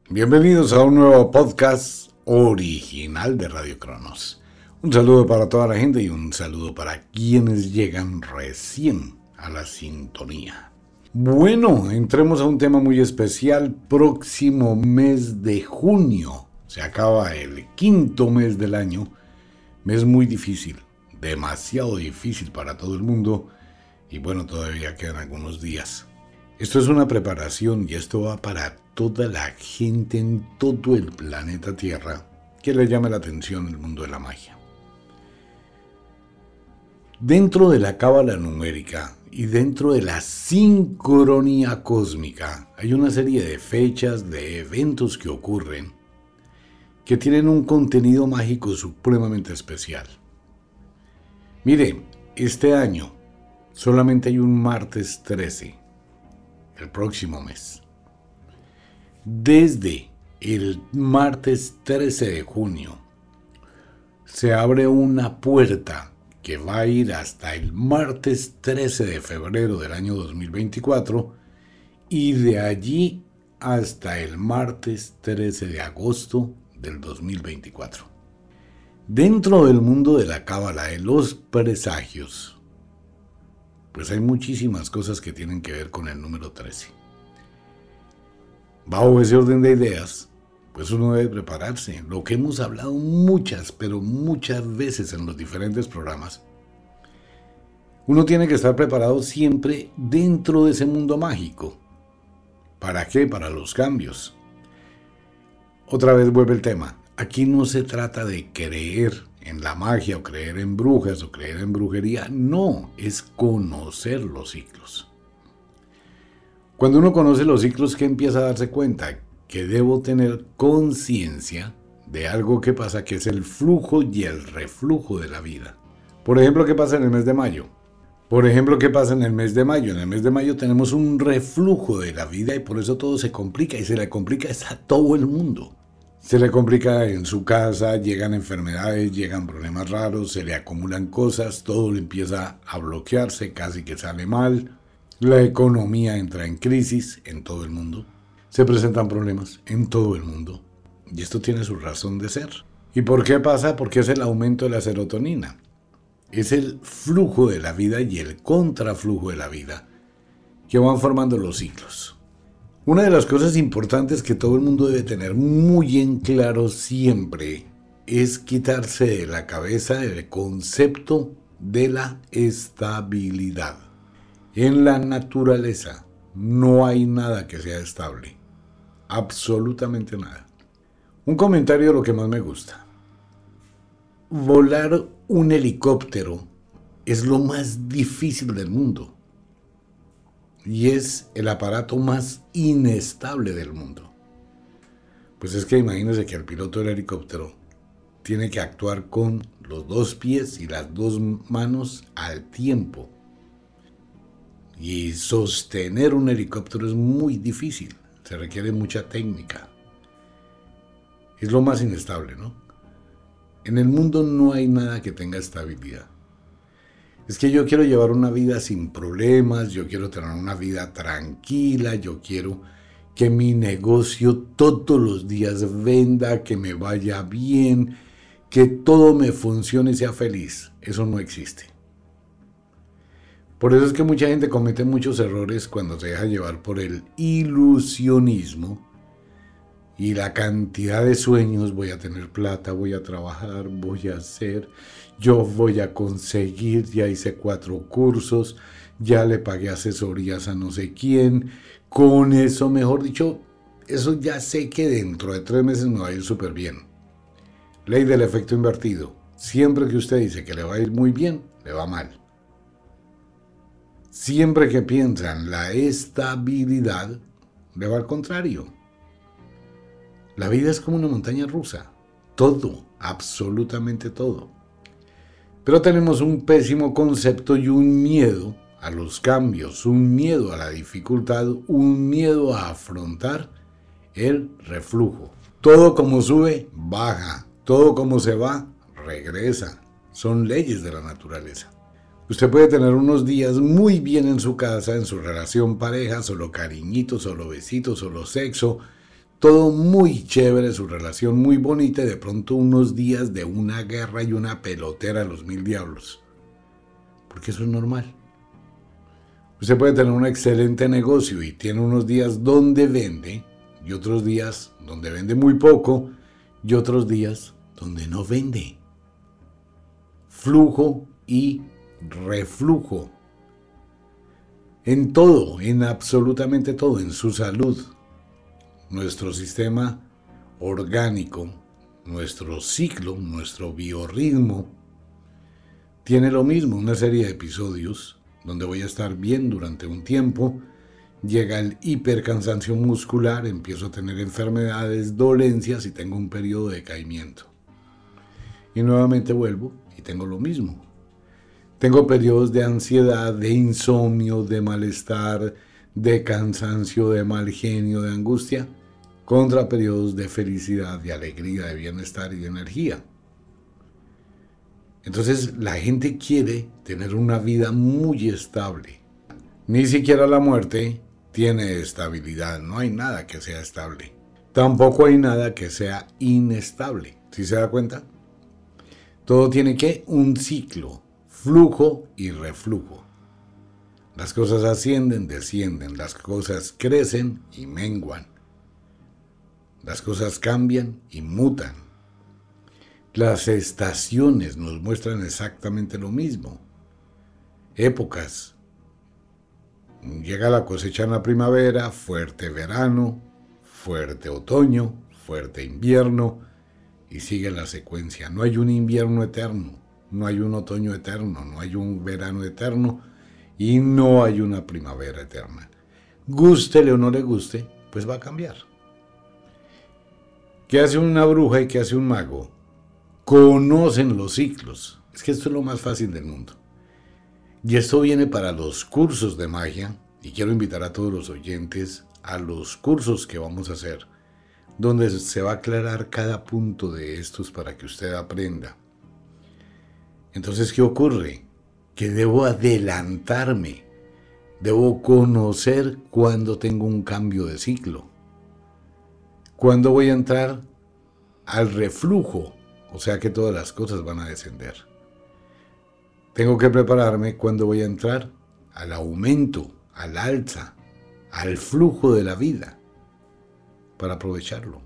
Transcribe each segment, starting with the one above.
Bienvenidos a un nuevo podcast original de Radio Cronos. Un saludo para toda la gente y un saludo para quienes llegan recién a la sintonía. Bueno, entremos a un tema muy especial. Próximo mes de junio. Se acaba el quinto mes del año. Mes muy difícil, demasiado difícil para todo el mundo. Y bueno, todavía quedan algunos días. Esto es una preparación y esto va para toda la gente en todo el planeta Tierra que le llame la atención el mundo de la magia. Dentro de la cábala numérica y dentro de la sincronía cósmica hay una serie de fechas, de eventos que ocurren que tienen un contenido mágico supremamente especial. Mire, este año solamente hay un martes 13, el próximo mes. Desde el martes 13 de junio se abre una puerta que va a ir hasta el martes 13 de febrero del año 2024 y de allí hasta el martes 13 de agosto del 2024. Dentro del mundo de la cábala, de los presagios, pues hay muchísimas cosas que tienen que ver con el número 13. Bajo ese orden de ideas, pues uno debe prepararse. Lo que hemos hablado muchas veces en los diferentes programas. Uno tiene que estar preparado siempre dentro de ese mundo mágico. ¿Para qué? Para los cambios. Otra vez vuelve el tema. Aquí no se trata de creer en la magia o creer en brujas o creer en brujería. No, es conocer los ciclos. Cuando uno conoce los ciclos, que empieza a darse cuenta que debo tener conciencia de algo que pasa, que es el flujo y el reflujo de la vida. Por ejemplo, ¿qué pasa en el mes de mayo? En el mes de mayo tenemos un reflujo de la vida y por eso todo se complica, y se le complica a todo el mundo. Se le complica en su casa, llegan enfermedades, llegan problemas raros, se le acumulan cosas, todo le empieza a bloquearse, casi que sale mal. La economía entra en crisis en todo el mundo. Se presentan problemas en todo el mundo. Y esto tiene su razón de ser. ¿Y por qué pasa? Porque es el aumento de la serotonina. Es el flujo de la vida y el contraflujo de la vida que van formando los ciclos. Una de las cosas importantes que todo el mundo debe tener muy en claro siempre es quitarse de la cabeza el concepto de la estabilidad. En la naturaleza no hay nada que sea estable. Absolutamente nada. Un comentario de lo que más me gusta. Volar un helicóptero es lo más difícil del mundo. Y es el aparato más inestable del mundo. Pues es que imagínense que el piloto del helicóptero tiene que actuar con los dos pies y las dos manos al tiempo. Y sostener un helicóptero es muy difícil, se requiere mucha técnica. Es lo más inestable, ¿no? En el mundo no hay nada que tenga estabilidad. Es que yo quiero llevar una vida sin problemas, yo quiero tener una vida tranquila, yo quiero que mi negocio todos los días venda, que me vaya bien, que todo me funcione y sea feliz. Eso no existe. Por eso es que mucha gente comete muchos errores cuando se deja llevar por el ilusionismo y la cantidad de sueños. Voy a tener plata, voy a trabajar, voy a hacer, yo voy a conseguir, ya hice 4 cursos, ya le pagué asesorías a no sé quién. Con eso, mejor dicho, eso ya sé que dentro de 3 meses me va a ir súper bien. Ley del efecto invertido. Siempre que usted dice que le va a ir muy bien, le va mal. Siempre que piensa en la estabilidad, le va al contrario. La vida es como una montaña rusa. Todo, absolutamente todo. Pero tenemos un pésimo concepto y un miedo a los cambios, un miedo a la dificultad, un miedo a afrontar el reflujo. Todo como sube, baja. Todo como se va, regresa. Son leyes de la naturaleza. Usted puede tener unos días muy bien en su casa, en su relación pareja, solo cariñitos, solo besitos, solo sexo, todo muy chévere, su relación muy bonita, y de pronto unos días de una guerra y una pelotera a los 1000 diablos. Porque eso es normal. Usted puede tener un excelente negocio y tiene unos días donde vende, y otros días donde vende muy poco, y otros días donde no vende. Flujo y reflujo. En todo, en absolutamente todo, en su salud. Nuestro sistema orgánico, nuestro ciclo, nuestro biorritmo, tiene lo mismo, una serie de episodios donde voy a estar bien durante un tiempo, llega el hipercansancio muscular, empiezo a tener enfermedades, dolencias y tengo un periodo de decaimiento. Y nuevamente vuelvo y tengo lo mismo. Tengo periodos de ansiedad, de insomnio, de malestar, de cansancio, de mal genio, de angustia, contra periodos de felicidad, de alegría, de bienestar y de energía. Entonces la gente quiere tener una vida muy estable. Ni siquiera la muerte tiene estabilidad, no hay nada que sea estable. Tampoco hay nada que sea inestable, ¿sí se da cuenta? Todo tiene que un ciclo, flujo y reflujo. Las cosas ascienden, descienden, las cosas crecen y menguan. Las cosas cambian y mutan. Las estaciones nos muestran exactamente lo mismo. Épocas. Llega la cosecha en la primavera, fuerte verano, fuerte otoño, fuerte invierno, y sigue la secuencia. No hay un invierno eterno, no hay un otoño eterno, no hay un verano eterno, y no hay una primavera eterna. Gústele o no le guste, pues va a cambiar. ¿Qué hace una bruja y qué hace un mago? Conocen los ciclos. Es que esto es lo más fácil del mundo. Y esto viene para los cursos de magia, y quiero invitar a todos los oyentes a los cursos que vamos a hacer, donde se va a aclarar cada punto de estos para que usted aprenda. Entonces, ¿qué ocurre? Que debo adelantarme, debo conocer cuándo tengo un cambio de ciclo, cuándo voy a entrar al reflujo, o sea que todas las cosas van a descender. Tengo que prepararme cuando voy a entrar al aumento, al alza, al flujo de la vida, para aprovecharlo.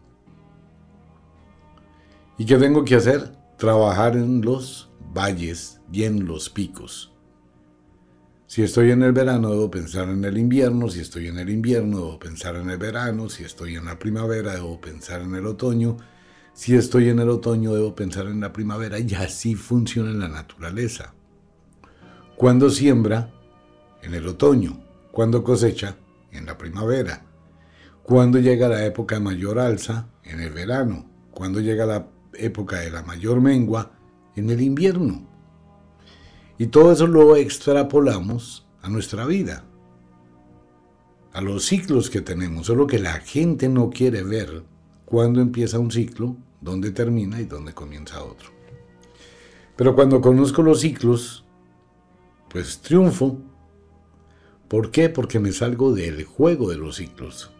¿Y qué tengo que hacer? Trabajar en los valles y en los picos. Si estoy en el verano, debo pensar en el invierno. Si estoy en el invierno, debo pensar en el verano. Si estoy en la primavera, debo pensar en el otoño. Si estoy en el otoño, debo pensar en la primavera. Y así funciona la naturaleza. Cuando siembra, en el otoño. Cuando cosecha, en la primavera. Cuando llega la época de mayor alza, en el verano. Cuando llega la época de la mayor mengua, en el invierno. Y todo eso lo extrapolamos a nuestra vida, a los ciclos que tenemos, solo que la gente no quiere ver cuándo empieza un ciclo, dónde termina y dónde comienza otro. Pero cuando conozco los ciclos, pues triunfo. ¿Por qué? Porque me salgo del juego de los ciclos.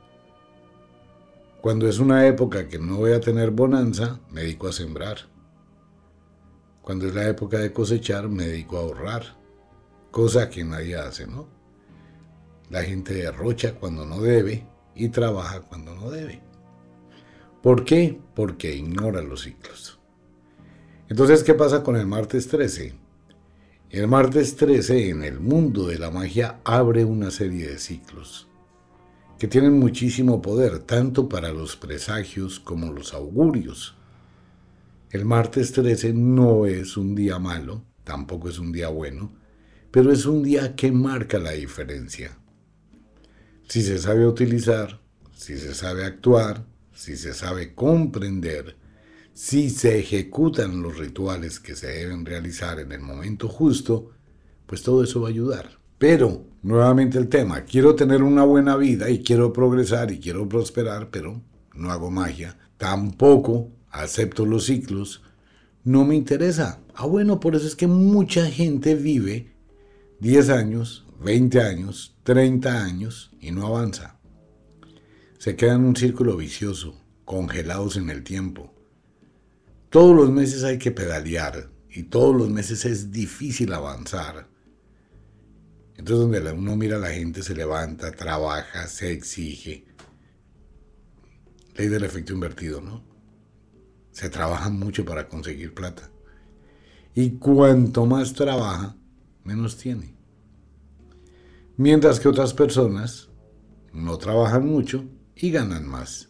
Cuando es una época que no voy a tener bonanza, me dedico a sembrar. Cuando es la época de cosechar, me dedico a ahorrar, cosa que nadie hace, ¿no? La gente derrocha cuando no debe y trabaja cuando no debe. ¿Por qué? Porque ignora los ciclos. Entonces, ¿qué pasa con el martes 13? El martes 13 en el mundo de la magia abre una serie de ciclos que tienen muchísimo poder, tanto para los presagios como los augurios. El martes 13 no es un día malo, tampoco es un día bueno, pero es un día que marca la diferencia. Si se sabe utilizar, si se sabe actuar, si se sabe comprender, si se ejecutan los rituales que se deben realizar en el momento justo, pues todo eso va a ayudar. Pero, nuevamente el tema, quiero tener una buena vida y quiero progresar y quiero prosperar, pero no hago magia, tampoco acepto los ciclos, no me interesa. Bueno, por eso es que mucha gente vive 10 años, 20 años, 30 años y no avanza. se quedan en un círculo vicioso, congelados en el tiempo. Todos los meses hay que pedalear y todos los meses es difícil avanzar. Entonces donde uno mira a la gente, se levanta, trabaja, se exige. Ley del efecto invertido, ¿no? Se trabaja mucho para conseguir plata. Y cuanto más trabaja, menos tiene. Mientras que otras personas no trabajan mucho y ganan más.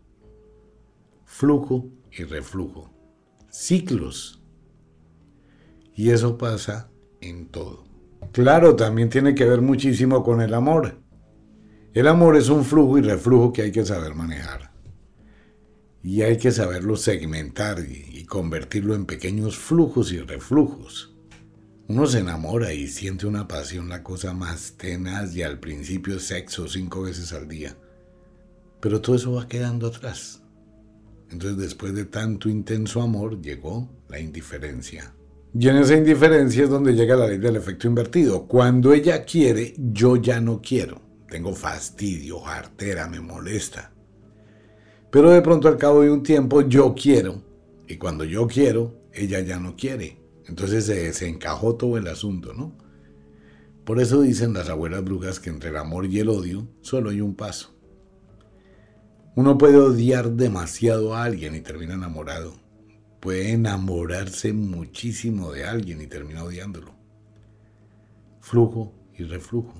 Flujo y reflujo. Ciclos. Y eso pasa en todo. Claro, también tiene que ver muchísimo con el amor. El amor es un flujo y reflujo que hay que saber manejar. Y hay que saberlo segmentar y convertirlo en pequeños flujos y reflujos. Uno se enamora y siente una pasión, la cosa más tenaz, y al principio sexo 5 veces al día. Pero todo eso va quedando atrás. Entonces, después de tanto intenso amor, llegó la indiferencia. Y en esa indiferencia es donde llega la ley del efecto invertido. Cuando ella quiere, yo ya no quiero. Tengo fastidio, jartera, me molesta. Pero de pronto al cabo de un tiempo yo quiero. Y cuando yo quiero, ella ya no quiere. Entonces se desencajó todo el asunto, ¿no? Por eso dicen las abuelas brujas que entre el amor y el odio solo hay un paso. Uno puede odiar demasiado a alguien y termina enamorado. Puede enamorarse muchísimo de alguien y termina odiándolo. Flujo y reflujo.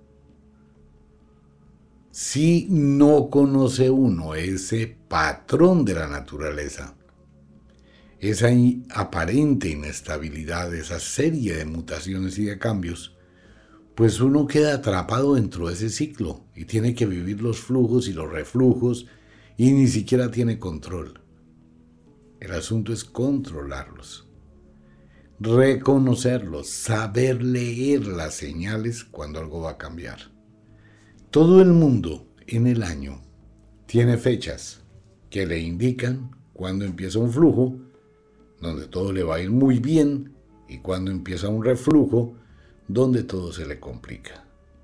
Si no conoce uno ese patrón de la naturaleza, esa aparente inestabilidad, esa serie de mutaciones y de cambios, pues uno queda atrapado dentro de ese ciclo y tiene que vivir los flujos y los reflujos y ni siquiera tiene control. El asunto es controlarlos, reconocerlos, saber leer las señales cuando algo va a cambiar. Todo el mundo en el año tiene fechas que le indican cuándo empieza un flujo, donde todo le va a ir muy bien, y cuándo empieza un reflujo, donde todo se le complica.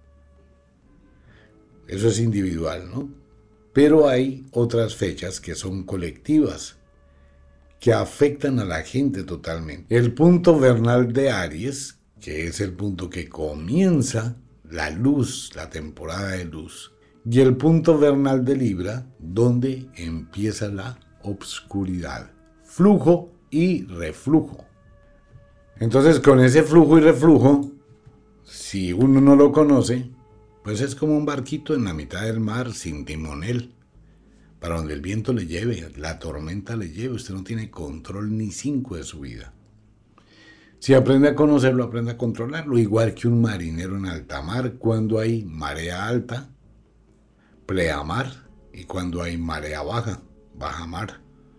Eso es individual, ¿no? Pero hay otras fechas que son colectivas, que afectan a la gente totalmente. El punto vernal de Aries, que es el punto que comienza la luz, la temporada de luz, y el punto vernal de Libra, donde empieza la obscuridad. Flujo y reflujo. Entonces, con ese flujo y reflujo, si uno no lo conoce, pues es como un barquito en la mitad del mar sin timonel, para donde el viento le lleve, la tormenta le lleve. Usted no tiene control ni 5 de su vida. Si aprende a conocerlo, aprende a controlarlo, igual que un marinero en alta mar, cuando hay marea alta, pleamar, y cuando hay marea baja, baja mar.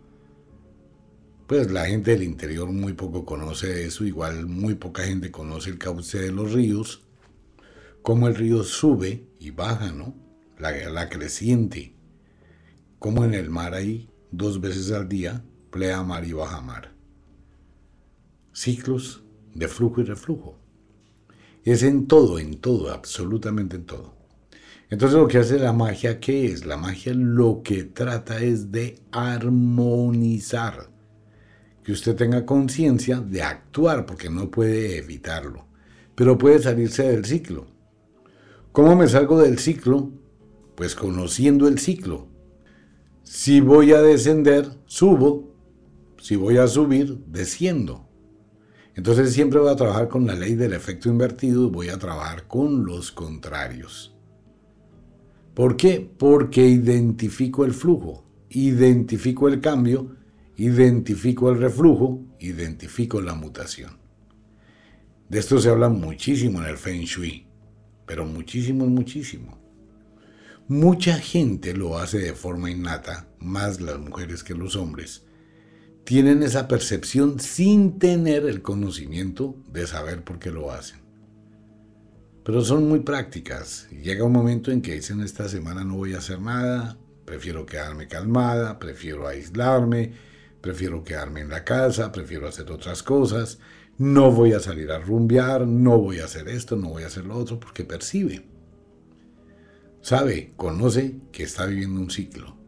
Pues la gente del interior muy poco conoce eso, igual muy poca gente conoce el cauce de los ríos, cómo el río sube y baja, ¿no? La creciente, como en el mar hay 2 veces al día, pleamar y bajamar. Ciclos de flujo y reflujo. Es en todo, absolutamente en todo. Entonces lo que hace la magia, ¿qué es? La magia lo que trata es de armonizar. Que usted tenga conciencia de actuar, porque no puede evitarlo, pero puede salirse del ciclo. ¿Cómo me salgo del ciclo? Pues conociendo el ciclo. Si voy a descender, subo. Si voy a subir, desciendo. Entonces siempre voy a trabajar con la ley del efecto invertido, voy a trabajar con los contrarios. ¿Por qué? Porque identifico el flujo, identifico el cambio, identifico el reflujo, identifico la mutación. De esto se habla muchísimo en el Feng Shui, pero muchísimo. Mucha gente lo hace de forma innata, más las mujeres que los hombres. Tienen esa percepción sin tener el conocimiento de saber por qué lo hacen. Pero son muy prácticas. Llega un momento en que dicen: esta semana no voy a hacer nada, prefiero quedarme calmada, prefiero aislarme, prefiero quedarme en la casa, prefiero hacer otras cosas, no voy a salir a rumbear, no voy a hacer esto, no voy a hacer lo otro, porque percibe. sabe, conoce que está viviendo un ciclo.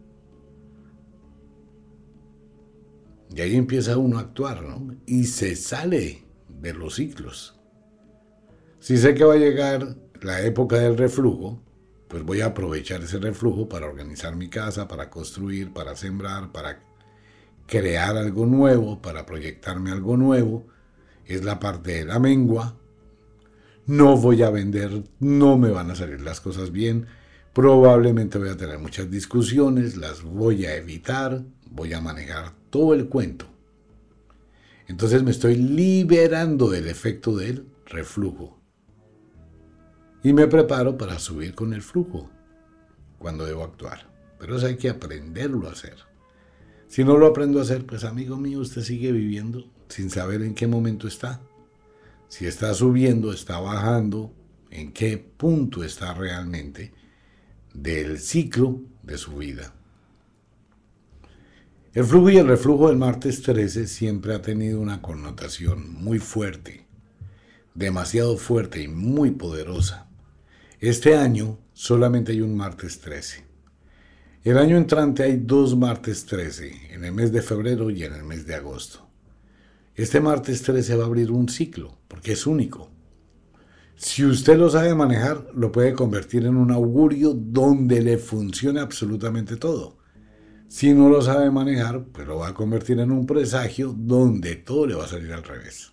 Y ahí empieza uno a actuar, ¿no? Y se sale de los ciclos. Si sé que va a llegar la época del reflujo, pues voy a aprovechar ese reflujo para organizar mi casa, para construir, para sembrar, para crear algo nuevo, para proyectarme algo nuevo. Es la parte de la mengua. No voy a vender, no me van a salir las cosas bien. Probablemente voy a tener muchas discusiones, las voy a evitar, voy a manejar todo el cuento. Entonces me estoy liberando del efecto del reflujo. Y me preparo para subir con el flujo cuando debo actuar. Pero eso hay que aprenderlo a hacer. Si no lo aprendo a hacer, pues amigo mío, usted sigue viviendo sin saber en qué momento está. Si está subiendo, está bajando, en qué punto está realmente del ciclo de su vida. El flujo y el reflujo del martes 13 siempre ha tenido una connotación muy fuerte, demasiado fuerte y muy poderosa. Este año solamente hay un martes 13. El año entrante hay 2 martes 13, en el mes de febrero y en el mes de agosto. Este martes 13 va a abrir un ciclo, porque es único. Si usted lo sabe manejar, lo puede convertir en un augurio donde le funcione absolutamente todo. Si no lo sabe manejar, pues lo va a convertir en un presagio donde todo le va a salir al revés.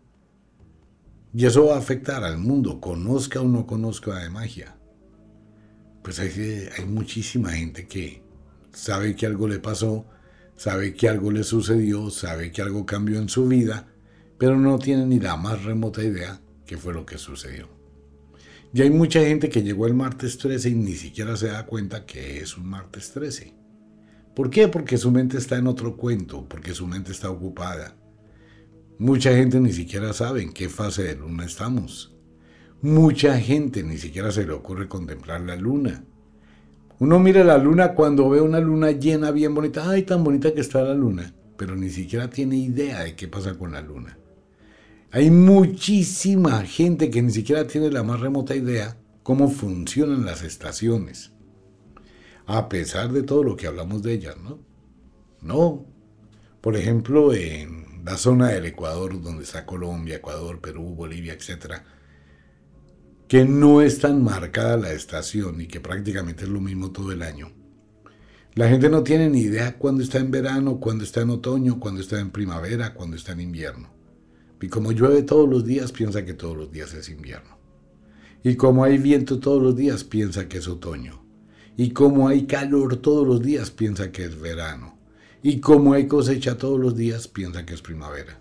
Y eso va a afectar al mundo, conozca o no conozca de magia. Pues hay muchísima gente que sabe que algo le pasó, sabe que algo le sucedió, sabe que algo cambió en su vida, pero no tiene ni la más remota idea qué fue lo que sucedió. Y hay mucha gente que llegó el martes 13 y ni siquiera se da cuenta que es un martes 13. ¿Por qué? Porque su mente está en otro cuento, porque su mente está ocupada. Mucha gente ni siquiera sabe en qué fase de luna estamos. Mucha gente ni siquiera se le ocurre contemplar la luna. Uno mira la luna cuando ve una luna llena bien bonita. ¡Ay, tan bonita que está la luna! Pero ni siquiera tiene idea de qué pasa con la luna. Hay muchísima gente que ni siquiera tiene la más remota idea cómo funcionan las estaciones. A pesar de todo lo que hablamos de ellas, ¿no? No. Por ejemplo, en la zona del Ecuador, donde está Colombia, Ecuador, Perú, Bolivia, etc., que no es tan marcada la estación y que prácticamente es lo mismo todo el año. La gente no tiene ni idea cuándo está en verano, cuándo está en otoño, cuándo está en primavera, cuándo está en invierno. Y como llueve todos los días, piensa que todos los días es invierno. Y como hay viento todos los días, piensa que es otoño. Y como hay calor todos los días, piensa que es verano. Y como hay cosecha todos los días, piensa que es primavera.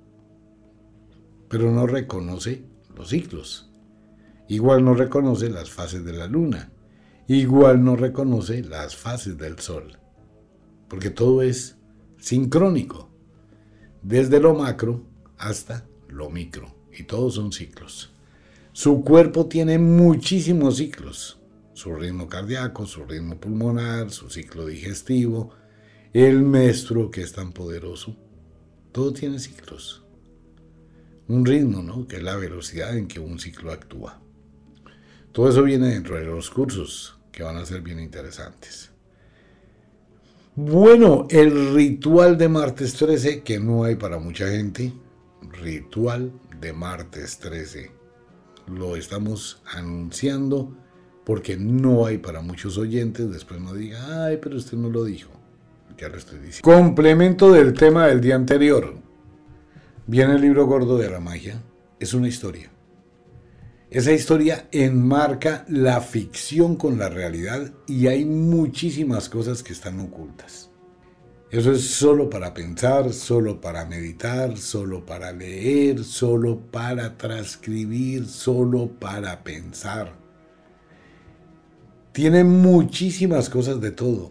Pero no reconoce los ciclos. Igual no reconoce las fases de la luna. Igual no reconoce las fases del sol. Porque todo es sincrónico. Desde lo macro hasta lo micro. Y todos son ciclos. Su cuerpo tiene muchísimos ciclos. Su ritmo cardíaco, su ritmo pulmonar, su ciclo digestivo, el menstruo que es tan poderoso. Todo tiene ciclos. Un ritmo, ¿no? Que es la velocidad en que un ciclo actúa. Todo eso viene dentro de los cursos que van a ser bien interesantes. Bueno, el ritual de martes 13, que no hay para mucha gente. Ritual de martes 13. Lo estamos anunciando porque no hay para muchos oyentes. Después no diga, ay, pero usted no lo dijo. Ya lo estoy diciendo. Complemento del tema del día anterior. Viene el libro gordo de la magia. Es una historia. Esa historia enmarca la ficción con la realidad y hay muchísimas cosas que están ocultas. Eso es solo para pensar, solo para meditar, solo para leer, solo para transcribir, solo para pensar. Tiene muchísimas cosas de todo.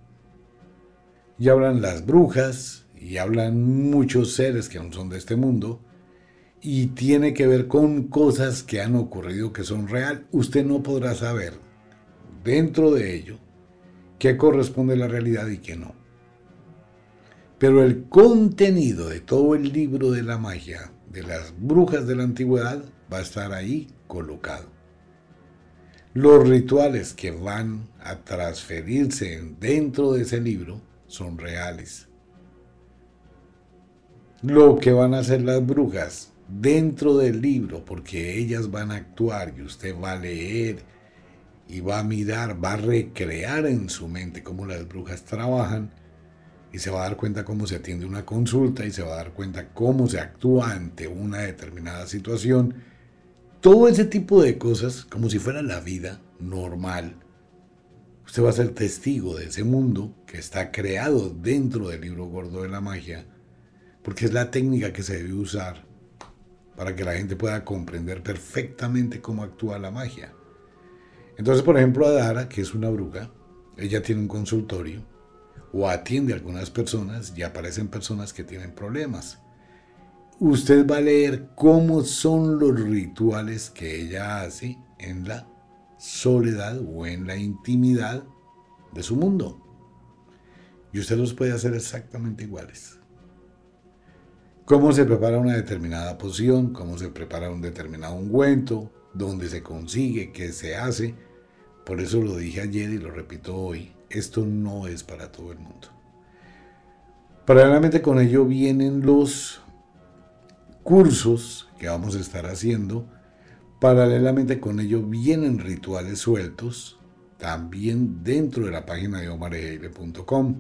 Y hablan las brujas, y hablan muchos seres que aún son de este mundo, y tiene que ver con cosas que han ocurrido que son real. Usted no podrá saber dentro de ello qué corresponde a la realidad y qué no. Pero el contenido de todo el libro de la magia, de las brujas de la antigüedad, va a estar ahí colocado. Los rituales que van a transferirse dentro de ese libro son reales. Lo que van a hacer las brujas dentro del libro, porque ellas van a actuar y usted va a leer y va a mirar, va a recrear en su mente cómo las brujas trabajan y se va a dar cuenta cómo se atiende una consulta y se va a dar cuenta cómo se actúa ante una determinada situación. Todo ese tipo de cosas, como si fuera la vida normal, usted va a ser testigo de ese mundo que está creado dentro del libro gordo de la magia, porque es la técnica que se debe usar para que la gente pueda comprender perfectamente cómo actúa la magia. Entonces, por ejemplo, Adara, que es una bruja, ella tiene un consultorio o atiende a algunas personas y aparecen personas que tienen problemas. Usted va a leer cómo son los rituales que ella hace en la soledad o en la intimidad de su mundo. Y usted los puede hacer exactamente iguales. Cómo se prepara una determinada poción, cómo se prepara un determinado ungüento, dónde se consigue, qué se hace. Por eso lo dije ayer y lo repito hoy. Esto no es para todo el mundo. Paralelamente con ello vienen los cursos que vamos a estar haciendo. Paralelamente con ello vienen rituales sueltos, también dentro de la página de omarejeile.com.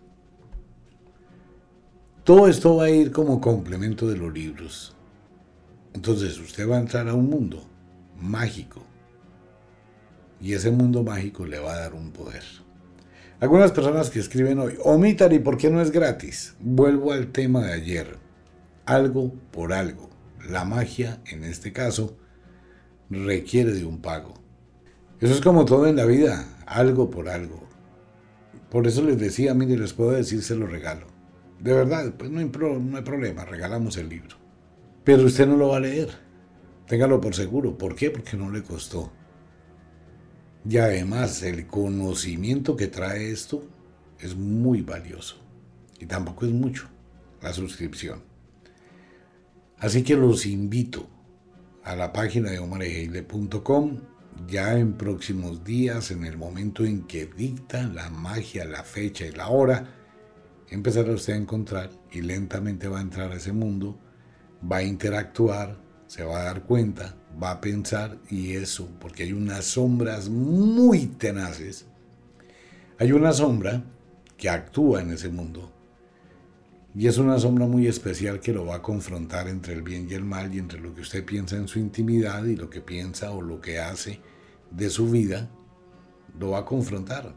Todo esto va a ir como complemento de los libros. Entonces usted va a entrar a un mundo mágico y ese mundo mágico le va a dar un poder. Algunas personas que escriben hoy, Omitari, ¿por qué no es gratis? Vuelvo al tema de ayer. Algo por algo. La magia, en este caso, requiere de un pago. Eso es como todo en la vida, algo por algo. Por eso les decía, mire, les puedo decir, se lo regalo. De verdad, pues no hay problema, regalamos el libro. Pero usted no lo va a leer. Téngalo por seguro. ¿Por qué? Porque no le costó. Y además, el conocimiento que trae esto es muy valioso. Y tampoco es mucho la suscripción. Así que los invito a la página de omarejeile.com. Ya en próximos días, en el momento en que dicta la magia, la fecha y la hora, empezará usted a encontrar y lentamente va a entrar a ese mundo, va a interactuar, se va a dar cuenta, va a pensar y eso, porque hay unas sombras muy tenaces. Hay una sombra que actúa en ese mundo y es una sombra muy especial que lo va a confrontar entre el bien y el mal y entre lo que usted piensa en su intimidad y lo que piensa o lo que hace de su vida, lo va a confrontar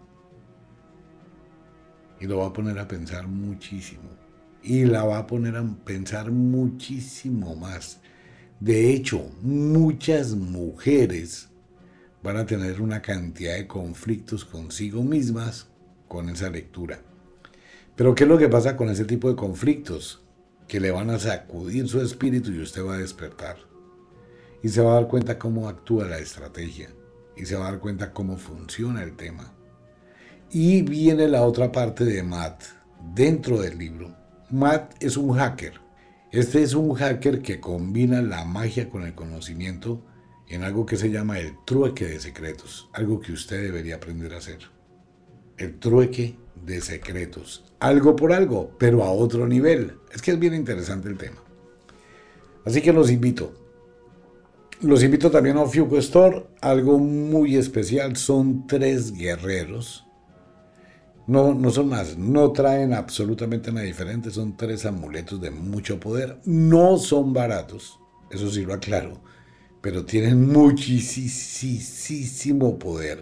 y lo va a poner a pensar muchísimo y la va a poner a pensar muchísimo más. De hecho, muchas mujeres van a tener una cantidad de conflictos consigo mismas con esa lectura. Pero ¿qué es lo que pasa con ese tipo de conflictos? Que le van a sacudir su espíritu y usted va a despertar. Y se va a dar cuenta cómo actúa la estrategia. Y se va a dar cuenta cómo funciona el tema. Y viene la otra parte de Matt dentro del libro. Matt es un hacker. Este es un hacker que combina la magia con el conocimiento en algo que se llama el trueque de secretos, algo que usted debería aprender a hacer. El trueque de secretos, algo por algo, pero a otro nivel. Es que es bien interesante el tema. Así que los invito. Los invito también a Ofiuco Store, algo muy especial, son 3 guerreros. No son más, no traen absolutamente nada diferente, son 3 amuletos de mucho poder, no son baratos, eso sí lo aclaro, pero tienen muchísimo poder,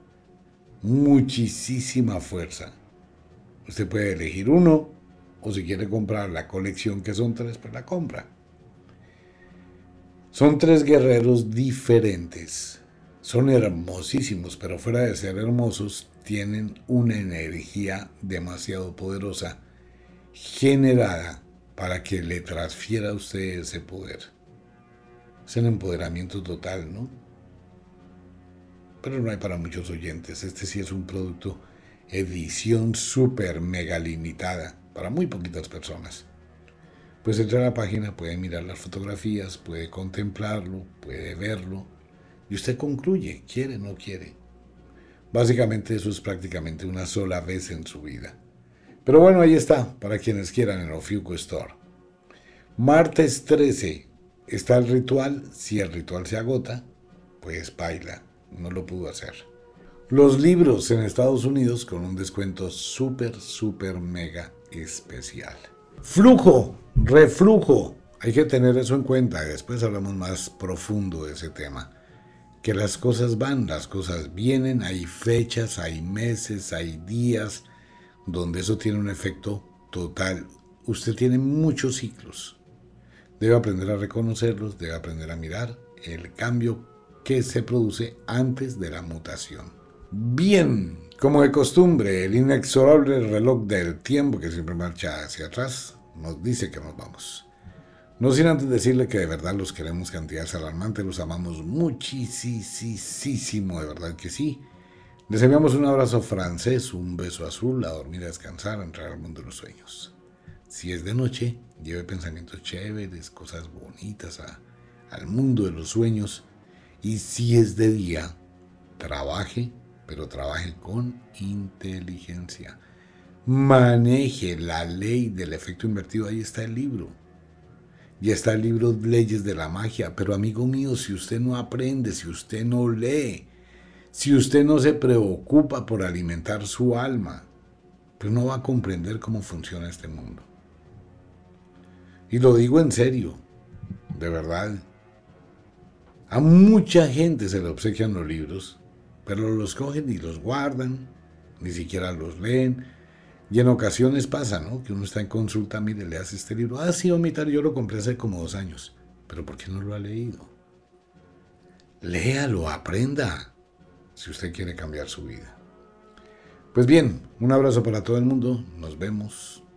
muchísima fuerza. Usted puede elegir uno, o si quiere comprar la colección que son 3, pues la compra. Son 3 guerreros diferentes, son hermosísimos, pero fuera de ser hermosos, tienen una energía demasiado poderosa generada para que le transfiera a usted ese poder. Es el empoderamiento total, ¿no? Pero no hay para muchos oyentes. Este sí es un producto edición súper mega limitada para muy poquitas personas. Pues entra a la página, puede mirar las fotografías, puede contemplarlo, puede verlo, y usted concluye, quiere o no quiere. Básicamente eso es prácticamente una sola vez en su vida. Pero bueno, ahí está, para quienes quieran en Ofiuco Store. Martes 13 está el ritual. Si el ritual se agota, pues baila, no lo pudo hacer. Los libros en Estados Unidos con un descuento súper, súper mega especial. Flujo, reflujo. Hay que tener eso en cuenta. Después hablamos más profundo de ese tema. Que las cosas van, las cosas vienen, hay fechas, hay meses, hay días donde eso tiene un efecto total. Usted tiene muchos ciclos. Debe aprender a reconocerlos, debe aprender a mirar el cambio que se produce antes de la mutación. Bien, como de costumbre, el inexorable reloj del tiempo que siempre marcha hacia atrás nos dice que nos vamos. No sin antes decirle que de verdad los queremos cantidades alarmantes, los amamos muchísimo, de verdad que sí. Les enviamos un abrazo francés, un beso azul, a dormir, a descansar, a entrar al mundo de los sueños. Si es de noche, lleve pensamientos chéveres, cosas bonitas al mundo de los sueños. Y si es de día, trabaje, pero trabaje con inteligencia. Maneje la ley del efecto invertido, ahí está el libro. Ya está el libro Leyes de la Magia, pero amigo mío, si usted no aprende, si usted no lee, si usted no se preocupa por alimentar su alma, pues no va a comprender cómo funciona este mundo. Y lo digo en serio, de verdad. A mucha gente se le obsequian los libros, pero los cogen y los guardan, ni siquiera los leen. Y en ocasiones pasa, ¿no? Que uno está en consulta, mire, le hace este libro. Ah, sí, omitar, yo lo compré hace como 2 años. Pero ¿por qué no lo ha leído? Léalo, aprenda, si usted quiere cambiar su vida. Pues bien, un abrazo para todo el mundo. Nos vemos